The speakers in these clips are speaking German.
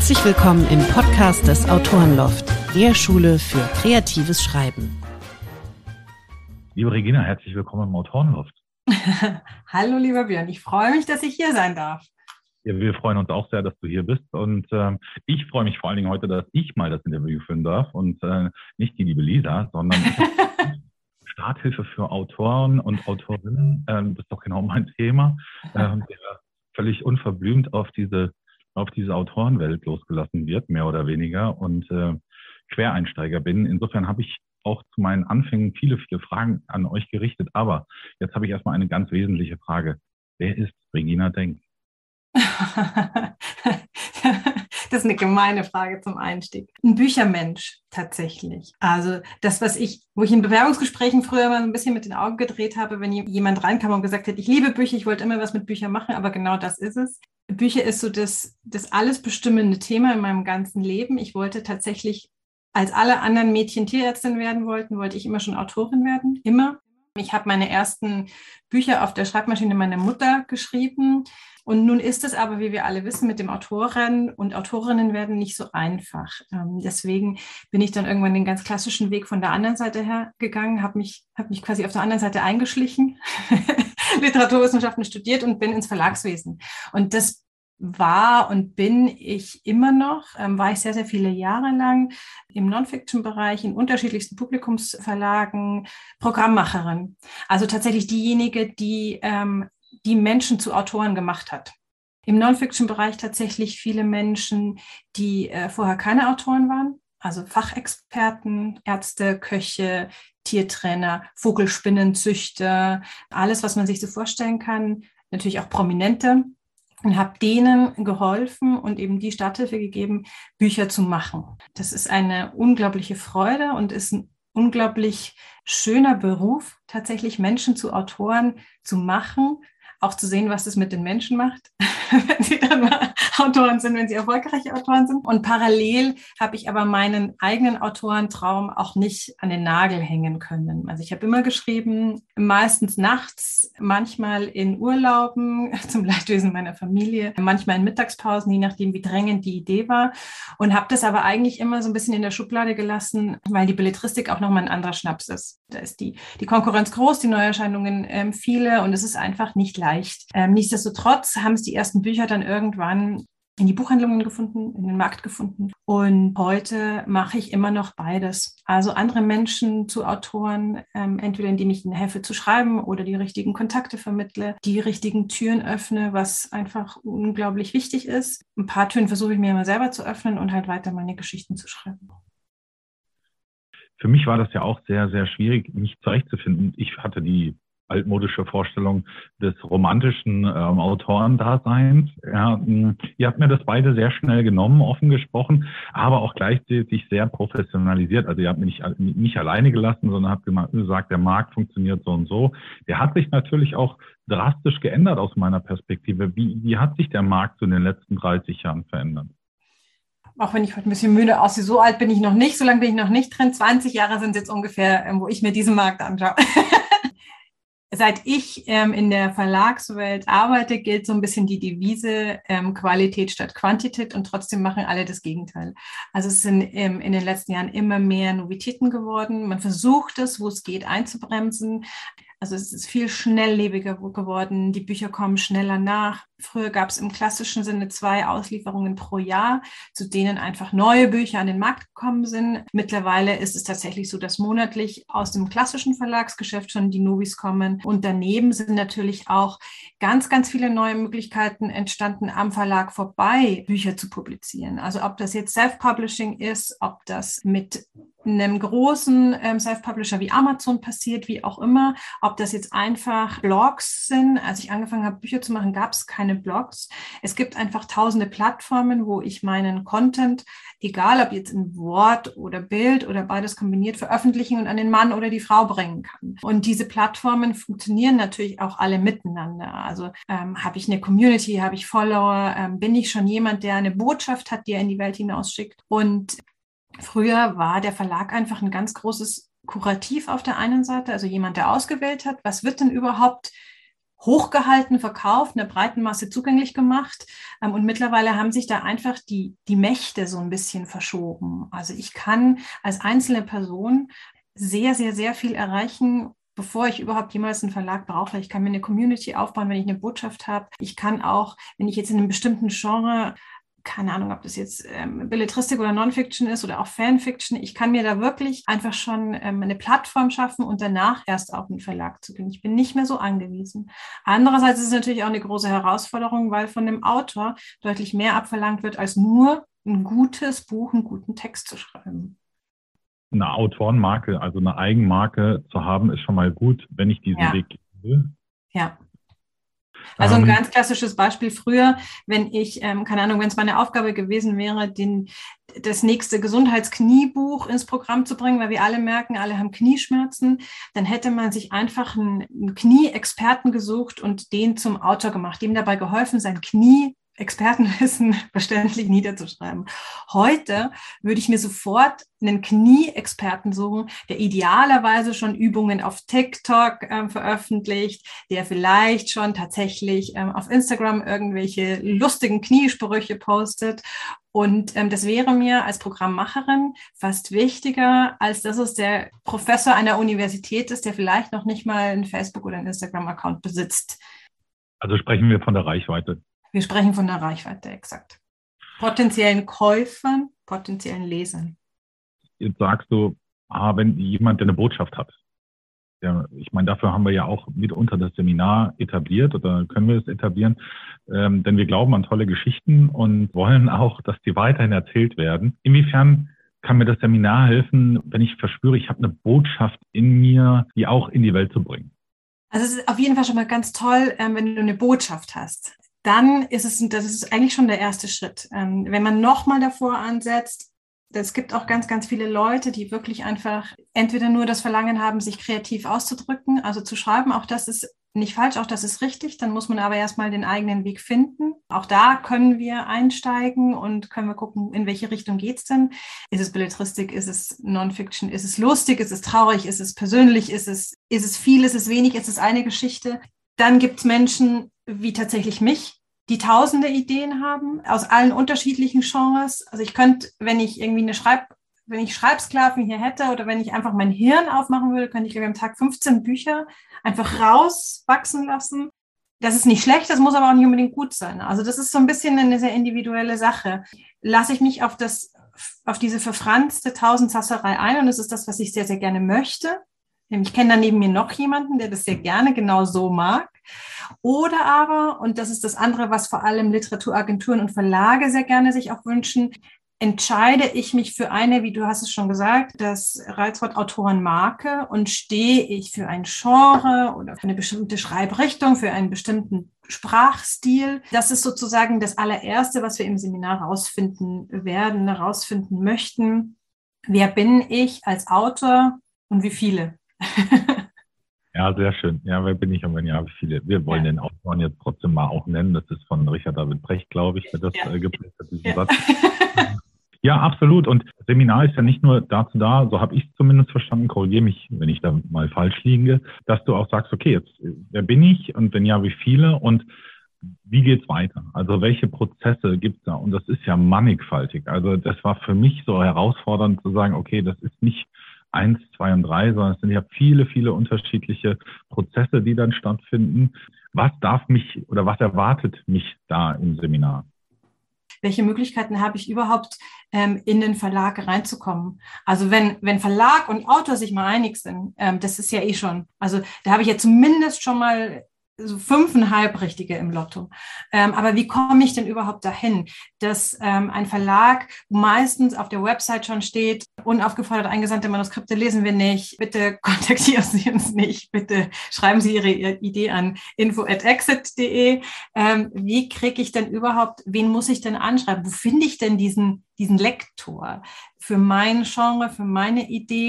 Herzlich willkommen im Podcast des Autorenloft, der Schule für kreatives Schreiben. Liebe Regina, herzlich willkommen im Autorenloft. Hallo lieber Björn, ich freue mich, dass ich hier sein darf. Ja, wir freuen uns auch sehr, dass du hier bist und ich freue mich vor allen Dingen heute, dass ich mal das Interview führen darf und nicht die liebe Lisa, sondern Starthilfe für Autoren und Autorinnen. Das ist doch genau mein Thema, der völlig unverblümt auf diese Autorenwelt losgelassen wird, mehr oder weniger, und Quereinsteiger bin. Insofern habe ich auch zu meinen Anfängen viele Fragen an euch gerichtet. Aber jetzt habe ich erstmal eine ganz wesentliche Frage. Wer ist Regina Denk? Das ist eine gemeine Frage zum Einstieg. Ein Büchermensch tatsächlich. Also das, wo ich in Bewerbungsgesprächen früher mal ein bisschen mit den Augen gedreht habe, wenn jemand reinkam und gesagt hat, ich liebe Bücher, ich wollte immer was mit Büchern machen, aber genau das ist es. Bücher ist so das alles bestimmende Thema in meinem ganzen Leben. Ich wollte tatsächlich, als alle anderen Mädchen Tierärztin werden wollten, wollte ich immer schon Autorin werden, immer. Ich habe meine ersten Bücher auf der Schreibmaschine meiner Mutter geschrieben. Und nun ist es aber, wie wir alle wissen, mit dem Autoren und Autorinnen werden nicht so einfach. Deswegen bin ich dann irgendwann den ganz klassischen Weg von der anderen Seite her gegangen, habe mich quasi auf der anderen Seite eingeschlichen, Literaturwissenschaften studiert und bin ins Verlagswesen. Und das war und bin ich immer noch, war ich sehr, sehr viele Jahre lang im Non-Fiction-Bereich, in unterschiedlichsten Publikumsverlagen, Programmmacherin. Also tatsächlich diejenige, die Menschen zu Autoren gemacht hat. Im Non-Fiction-Bereich tatsächlich viele Menschen, die vorher keine Autoren waren, also Fachexperten, Ärzte, Köche, Tiertrainer, Vogelspinnenzüchter, alles, was man sich so vorstellen kann, natürlich auch Prominente, und habe denen geholfen und eben die Starthilfe gegeben, Bücher zu machen. Das ist eine unglaubliche Freude und ist ein unglaublich schöner Beruf, tatsächlich Menschen zu Autoren zu machen, auch zu sehen, was das mit den Menschen macht, wenn sie dann mal Autoren sind, wenn sie erfolgreiche Autoren sind. Und parallel habe ich aber meinen eigenen Autorentraum auch nicht an den Nagel hängen können. Also ich habe immer geschrieben, meistens nachts, manchmal in Urlauben, zum Leidwesen meiner Familie, manchmal in Mittagspausen, je nachdem, wie drängend die Idee war. Und habe das aber eigentlich immer so ein bisschen in der Schublade gelassen, weil die Belletristik auch nochmal ein anderer Schnaps ist. Da ist die Konkurrenz groß, die Neuerscheinungen viele, und es ist einfach nicht leicht. Nichtsdestotrotz haben es die ersten Bücher dann irgendwann in die Buchhandlungen gefunden, in den Markt gefunden. Und heute mache ich immer noch beides. Also andere Menschen zu Autoren, entweder indem ich ihnen helfe zu schreiben oder die richtigen Kontakte vermittle, die richtigen Türen öffne, was einfach unglaublich wichtig ist. Ein paar Türen versuche ich mir immer selber zu öffnen und halt weiter meine Geschichten zu schreiben. Für mich war das ja auch sehr, sehr schwierig, mich zurechtzufinden. Ich hatte die altmodische Vorstellung des romantischen Autorendaseins. Ja, ihr habt mir das beide sehr schnell genommen, offen gesprochen, aber auch gleichzeitig sehr professionalisiert. Also ihr habt mich nicht alleine gelassen, sondern habt gesagt, der Markt funktioniert so und so. Der hat sich natürlich auch drastisch geändert aus meiner Perspektive. Wie hat sich der Markt so in den letzten 30 Jahren verändert? Auch wenn ich heute ein bisschen müde aussehe, so alt bin ich noch nicht, so lange bin ich noch nicht drin. 20 Jahre sind es jetzt ungefähr, wo ich mir diesen Markt anschaue. Seit ich in der Verlagswelt arbeite, gilt so ein bisschen die Devise Qualität statt Quantität, und trotzdem machen alle das Gegenteil. Also es sind in den letzten Jahren immer mehr Novitäten geworden. Man versucht es, wo es geht, einzubremsen. Also es ist viel schnelllebiger geworden. Die Bücher kommen schneller nach. Früher gab es im klassischen Sinne 2 Auslieferungen pro Jahr, zu denen einfach neue Bücher an den Markt gekommen sind. Mittlerweile ist es tatsächlich so, dass monatlich aus dem klassischen Verlagsgeschäft schon die Novis kommen. Und daneben sind natürlich auch ganz, ganz viele neue Möglichkeiten entstanden, am Verlag vorbei Bücher zu publizieren. Also ob das jetzt Self-Publishing ist, ob das mit einem großen Self-Publisher wie Amazon passiert, wie auch immer, ob das jetzt einfach Blogs sind. Als ich angefangen habe, Bücher zu machen, gab es keine Blogs. Es gibt einfach tausende Plattformen, wo ich meinen Content, egal ob jetzt in Wort oder Bild oder beides kombiniert, veröffentlichen und an den Mann oder die Frau bringen kann. Und diese Plattformen funktionieren natürlich auch alle miteinander. Also habe ich eine Community, habe ich Follower, bin ich schon jemand, der eine Botschaft hat, die er in die Welt hinausschickt. Und früher war der Verlag einfach ein ganz großes Kurativ auf der einen Seite, also jemand, der ausgewählt hat, was wird denn überhaupt hochgehalten, verkauft, einer breiten Masse zugänglich gemacht. Und mittlerweile haben sich da einfach die Mächte so ein bisschen verschoben. Also ich kann als einzelne Person sehr, sehr, sehr viel erreichen, bevor ich überhaupt jemals einen Verlag brauche. Ich kann mir eine Community aufbauen, wenn ich eine Botschaft habe. Ich kann auch, wenn ich jetzt in einem bestimmten Genre, keine Ahnung, ob das jetzt Belletristik oder Non-Fiction ist oder auch Fanfiction, ich kann mir da wirklich einfach schon eine Plattform schaffen und danach erst auf einen Verlag zu gehen. Ich bin nicht mehr so angewiesen. Andererseits ist es natürlich auch eine große Herausforderung, weil von dem Autor deutlich mehr abverlangt wird, als nur ein gutes Buch, einen guten Text zu schreiben. Eine Autorenmarke, also eine Eigenmarke zu haben, ist schon mal gut, wenn ich diesen Weg gehe. Ja. Also ein ganz klassisches Beispiel früher, wenn ich, keine Ahnung, wenn es meine Aufgabe gewesen wäre, das nächste Gesundheitskniebuch ins Programm zu bringen, weil wir alle merken, alle haben Knieschmerzen, dann hätte man sich einfach einen Knie-Experten gesucht und den zum Autor gemacht, dem dabei geholfen, sein Expertenwissen verständlich niederzuschreiben. Heute würde ich mir sofort einen Knie-Experten suchen, der idealerweise schon Übungen auf TikTok veröffentlicht, der vielleicht schon tatsächlich auf Instagram irgendwelche lustigen Kniesprüche postet. Und das wäre mir als Programmmacherin fast wichtiger, als dass es der Professor einer Universität ist, der vielleicht noch nicht mal einen Facebook- oder einen Instagram-Account besitzt. Also sprechen wir von der Reichweite. Wir sprechen von der Reichweite, exakt. Potenziellen Käufern, potenziellen Lesern. Jetzt sagst du, wenn jemand, der eine Botschaft hat. Ja, ich meine, dafür haben wir ja auch mitunter das Seminar etabliert oder können wir es etablieren, denn wir glauben an tolle Geschichten und wollen auch, dass die weiterhin erzählt werden. Inwiefern kann mir das Seminar helfen, wenn ich verspüre, ich habe eine Botschaft in mir, die auch in die Welt zu bringen? Also es ist auf jeden Fall schon mal ganz toll, wenn du eine Botschaft hast. Dann das ist eigentlich schon der erste Schritt. Wenn man nochmal davor ansetzt, es gibt auch ganz, ganz viele Leute, die wirklich einfach entweder nur das Verlangen haben, sich kreativ auszudrücken, also zu schreiben, auch das ist nicht falsch, auch das ist richtig, dann muss man aber erstmal den eigenen Weg finden. Auch da können wir einsteigen und können wir gucken, in welche Richtung geht's denn? Ist es Belletristik, ist es Non-Fiction, ist es lustig, ist es traurig, ist es persönlich, ist es viel, ist es wenig, ist es eine Geschichte? Dann gibt's Menschen wie tatsächlich mich, die tausende Ideen haben, aus allen unterschiedlichen Genres. Also ich könnte, wenn ich irgendwie wenn ich Schreibsklaven hier hätte oder wenn ich einfach mein Hirn aufmachen würde, könnte ich am Tag 15 Bücher einfach rauswachsen lassen. Das ist nicht schlecht, das muss aber auch nicht unbedingt gut sein. Also das ist so ein bisschen eine sehr individuelle Sache. Lasse ich mich auf diese verfranste Tausendsasserei ein und das ist das, was ich sehr, sehr gerne möchte. Ich kenne da neben mir noch jemanden, der das sehr gerne genau so mag. Oder aber, und das ist das andere, was vor allem Literaturagenturen und Verlage sehr gerne sich auch wünschen, entscheide ich mich für eine, wie du hast es schon gesagt, das Reizwort Autorenmarke und stehe ich für ein Genre oder für eine bestimmte Schreibrichtung, für einen bestimmten Sprachstil. Das ist sozusagen das allererste, was wir im Seminar rausfinden möchten. Wer bin ich als Autor und wie viele? Ja, sehr schön. Ja, wer bin ich und wenn ja, wie viele? Wir wollen den Autoren jetzt trotzdem mal auch nennen. Das ist von Richard David Brecht, glaube ich, der das geprägt hat, diesen Satz. Ja, absolut. Und das Seminar ist ja nicht nur dazu da, so habe ich es zumindest verstanden, korrigiere mich, wenn ich da mal falsch liege, dass du auch sagst, okay, jetzt wer bin ich und wenn ja, wie viele und wie geht's weiter? Also welche Prozesse gibt's da? Und das ist ja mannigfaltig. Also das war für mich so herausfordernd zu sagen, okay, das ist nicht 1, 2 und 3, sondern es sind ja viele, viele unterschiedliche Prozesse, die dann stattfinden. Was erwartet mich da im Seminar? Welche Möglichkeiten habe ich überhaupt, in den Verlag reinzukommen? Also wenn Verlag und Autor sich mal einig sind, das ist ja schon, also da habe ich ja zumindest schon mal so 5,5 Richtige im Lotto. Aber wie komme ich denn überhaupt dahin, dass ein Verlag meistens auf der Website schon steht, unaufgefordert eingesandte Manuskripte lesen wir nicht, bitte kontaktieren Sie uns nicht, bitte schreiben Sie Ihre Idee an info@exit.de. Wie kriege ich denn überhaupt, wen muss ich denn anschreiben? Wo finde ich denn diesen Lektor für mein Genre, für meine Idee?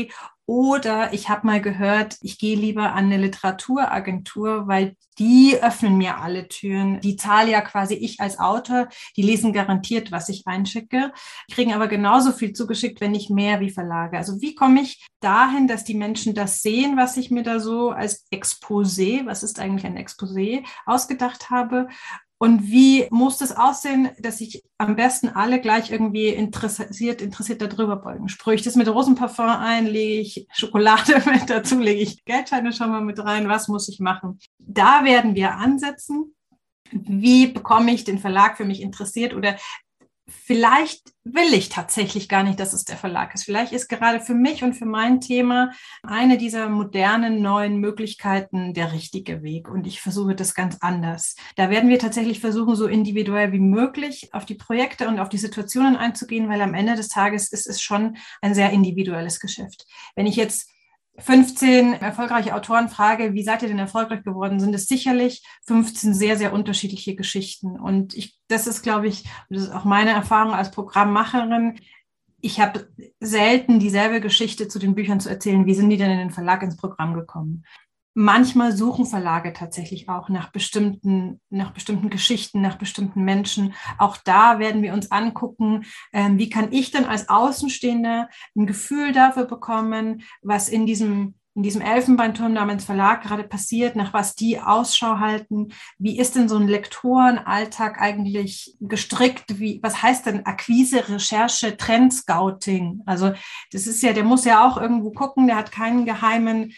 Oder ich habe mal gehört, ich gehe lieber an eine Literaturagentur, weil die öffnen mir alle Türen. Die zahle ja quasi ich als Autor. Die lesen garantiert, was ich einschicke, kriegen aber genauso viel zugeschickt, wenn nicht mehr wie Verlage. Also wie komme ich dahin, dass die Menschen das sehen, was ich mir da so als Exposé, was ist eigentlich ein Exposé, ausgedacht habe? Und wie muss das aussehen, dass sich am besten alle gleich irgendwie interessiert darüber beugen? Sprühe ich das mit Rosenparfum ein, lege ich Schokolade mit dazu, lege ich Geldscheine schon mal mit rein, was muss ich machen? Da werden wir ansetzen. Wie bekomme ich den Verlag für mich interessiert? Oder vielleicht will ich tatsächlich gar nicht, dass es der Verlag ist. Vielleicht ist gerade für mich und für mein Thema eine dieser modernen neuen Möglichkeiten der richtige Weg. Und ich versuche das ganz anders. Da werden wir tatsächlich versuchen, so individuell wie möglich auf die Projekte und auf die Situationen einzugehen, weil am Ende des Tages ist es schon ein sehr individuelles Geschäft. Wenn ich jetzt 15 erfolgreiche Autoren frage, wie seid ihr denn erfolgreich geworden, sind es sicherlich 15 sehr, sehr unterschiedliche Geschichten. Und das ist, glaube ich, das ist auch meine Erfahrung als Programmmacherin. Ich habe selten dieselbe Geschichte zu den Büchern zu erzählen. Wie sind die denn in den Verlag ins Programm gekommen? Manchmal suchen Verlage tatsächlich auch nach bestimmten Geschichten, nach bestimmten Menschen. Auch da werden wir uns angucken, wie kann ich denn als Außenstehender ein Gefühl dafür bekommen, was in diesem Elfenbeinturm namens Verlag gerade passiert, nach was die Ausschau halten. Wie ist denn so ein Lektorenalltag eigentlich gestrickt? Was heißt denn Akquise, Recherche, Trendscouting? Also das ist ja, der muss ja auch irgendwo gucken, der hat keinen geheimen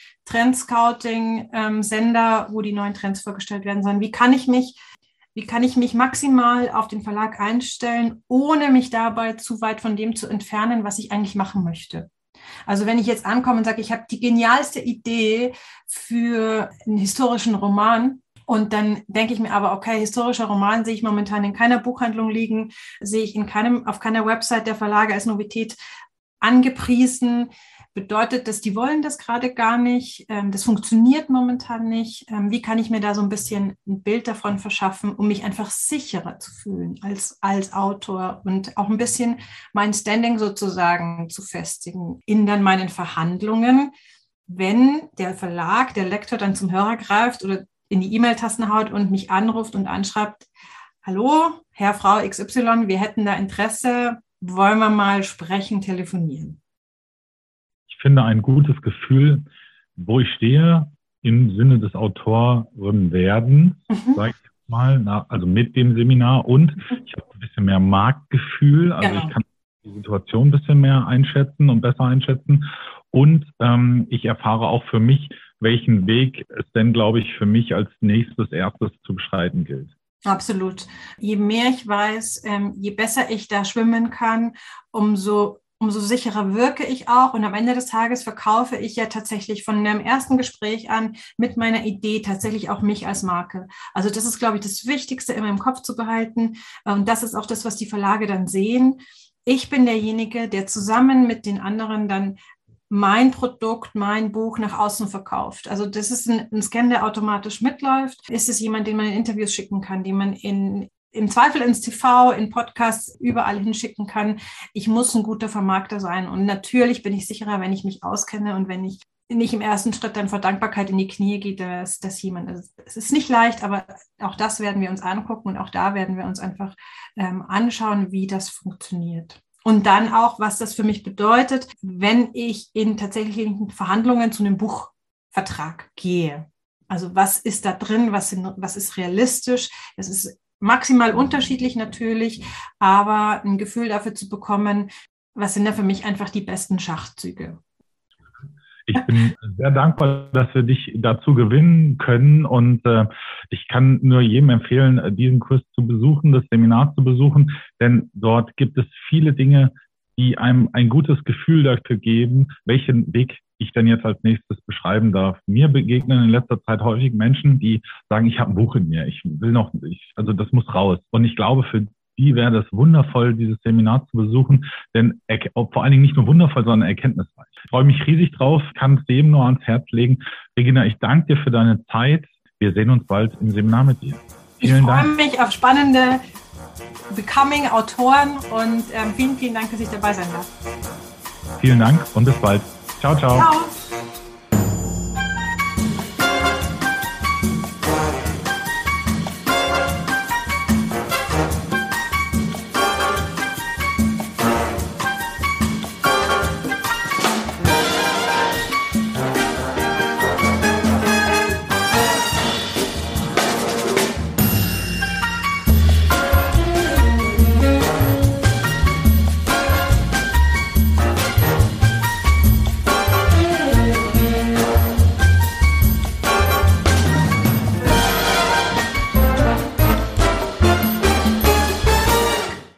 Trendscouting-Sender, wo die neuen Trends vorgestellt werden, sondern wie kann ich mich maximal auf den Verlag einstellen, ohne mich dabei zu weit von dem zu entfernen, was ich eigentlich machen möchte. Also wenn ich jetzt ankomme und sage, ich habe die genialste Idee für einen historischen Roman und dann denke ich mir aber, okay, historischer Roman sehe ich momentan in keiner Buchhandlung liegen, sehe ich auf keiner Website der Verlage als Novität angepriesen, bedeutet das, die wollen das gerade gar nicht, das funktioniert momentan nicht. Wie kann ich mir da so ein bisschen ein Bild davon verschaffen, um mich einfach sicherer zu fühlen als Autor und auch ein bisschen mein Standing sozusagen zu festigen in dann meinen Verhandlungen, wenn der Verlag, der Lektor dann zum Hörer greift oder in die E-Mail-Tasten haut und mich anruft und anschreibt, hallo, Herr, Frau XY, wir hätten da Interesse, wollen wir mal sprechen, telefonieren. Ich finde ein gutes Gefühl, wo ich stehe, im Sinne des Autorenwerdens, sage ich jetzt mal, also mit dem Seminar, und ich habe ein bisschen mehr Marktgefühl, also ich kann die Situation ein bisschen mehr einschätzen und besser einschätzen, und ich erfahre auch für mich, welchen Weg es denn, glaube ich, für mich als erstes zu beschreiten gilt. Absolut. Je mehr ich weiß, je besser ich da schwimmen kann, umso sicherer wirke ich auch. Und am Ende des Tages verkaufe ich ja tatsächlich von einem ersten Gespräch an mit meiner Idee tatsächlich auch mich als Marke. Also das ist, glaube ich, das Wichtigste immer im Kopf zu behalten. Und das ist auch das, was die Verlage dann sehen. Ich bin derjenige, der zusammen mit den anderen dann mein Produkt, mein Buch nach außen verkauft. Also das ist ein Scan, der automatisch mitläuft. Ist es jemand, den man in Interviews schicken kann, den man im Zweifel ins TV, in Podcasts, überall hinschicken kann. Ich muss ein guter Vermarkter sein. Und natürlich bin ich sicherer, wenn ich mich auskenne und wenn ich nicht im ersten Schritt dann vor Dankbarkeit in die Knie geht, dass jemand, also es ist nicht leicht, aber auch das werden wir uns angucken und auch da werden wir uns einfach anschauen, wie das funktioniert. Und dann auch, was das für mich bedeutet, wenn ich in tatsächlichen Verhandlungen zu einem Buchvertrag gehe. Also was ist da drin, was ist realistisch? Das ist maximal unterschiedlich natürlich, aber ein Gefühl dafür zu bekommen, was sind da für mich einfach die besten Schachzüge. Ich bin sehr dankbar, dass wir dich dazu gewinnen können, und ich kann nur jedem empfehlen, diesen Kurs zu besuchen, das Seminar zu besuchen, denn dort gibt es viele Dinge, die einem ein gutes Gefühl dafür geben, welchen Weg ich dann jetzt als nächstes beschreiben darf. Mir begegnen in letzter Zeit häufig Menschen, die sagen, ich habe ein Buch in mir, also das muss raus. Und ich glaube, für die wäre das wundervoll, dieses Seminar zu besuchen, denn vor allen Dingen nicht nur wundervoll, sondern erkenntnisreich. Ich freue mich riesig drauf, kann es dem nur ans Herz legen. Regina, ich danke dir für deine Zeit. Wir sehen uns bald im Seminar mit dir. Vielen Dank. Ich freue mich auf spannende Becoming-Autoren und vielen, vielen Dank, dass ich dabei sein darf. Vielen Dank und bis bald. Ciao, ciao. Ciao.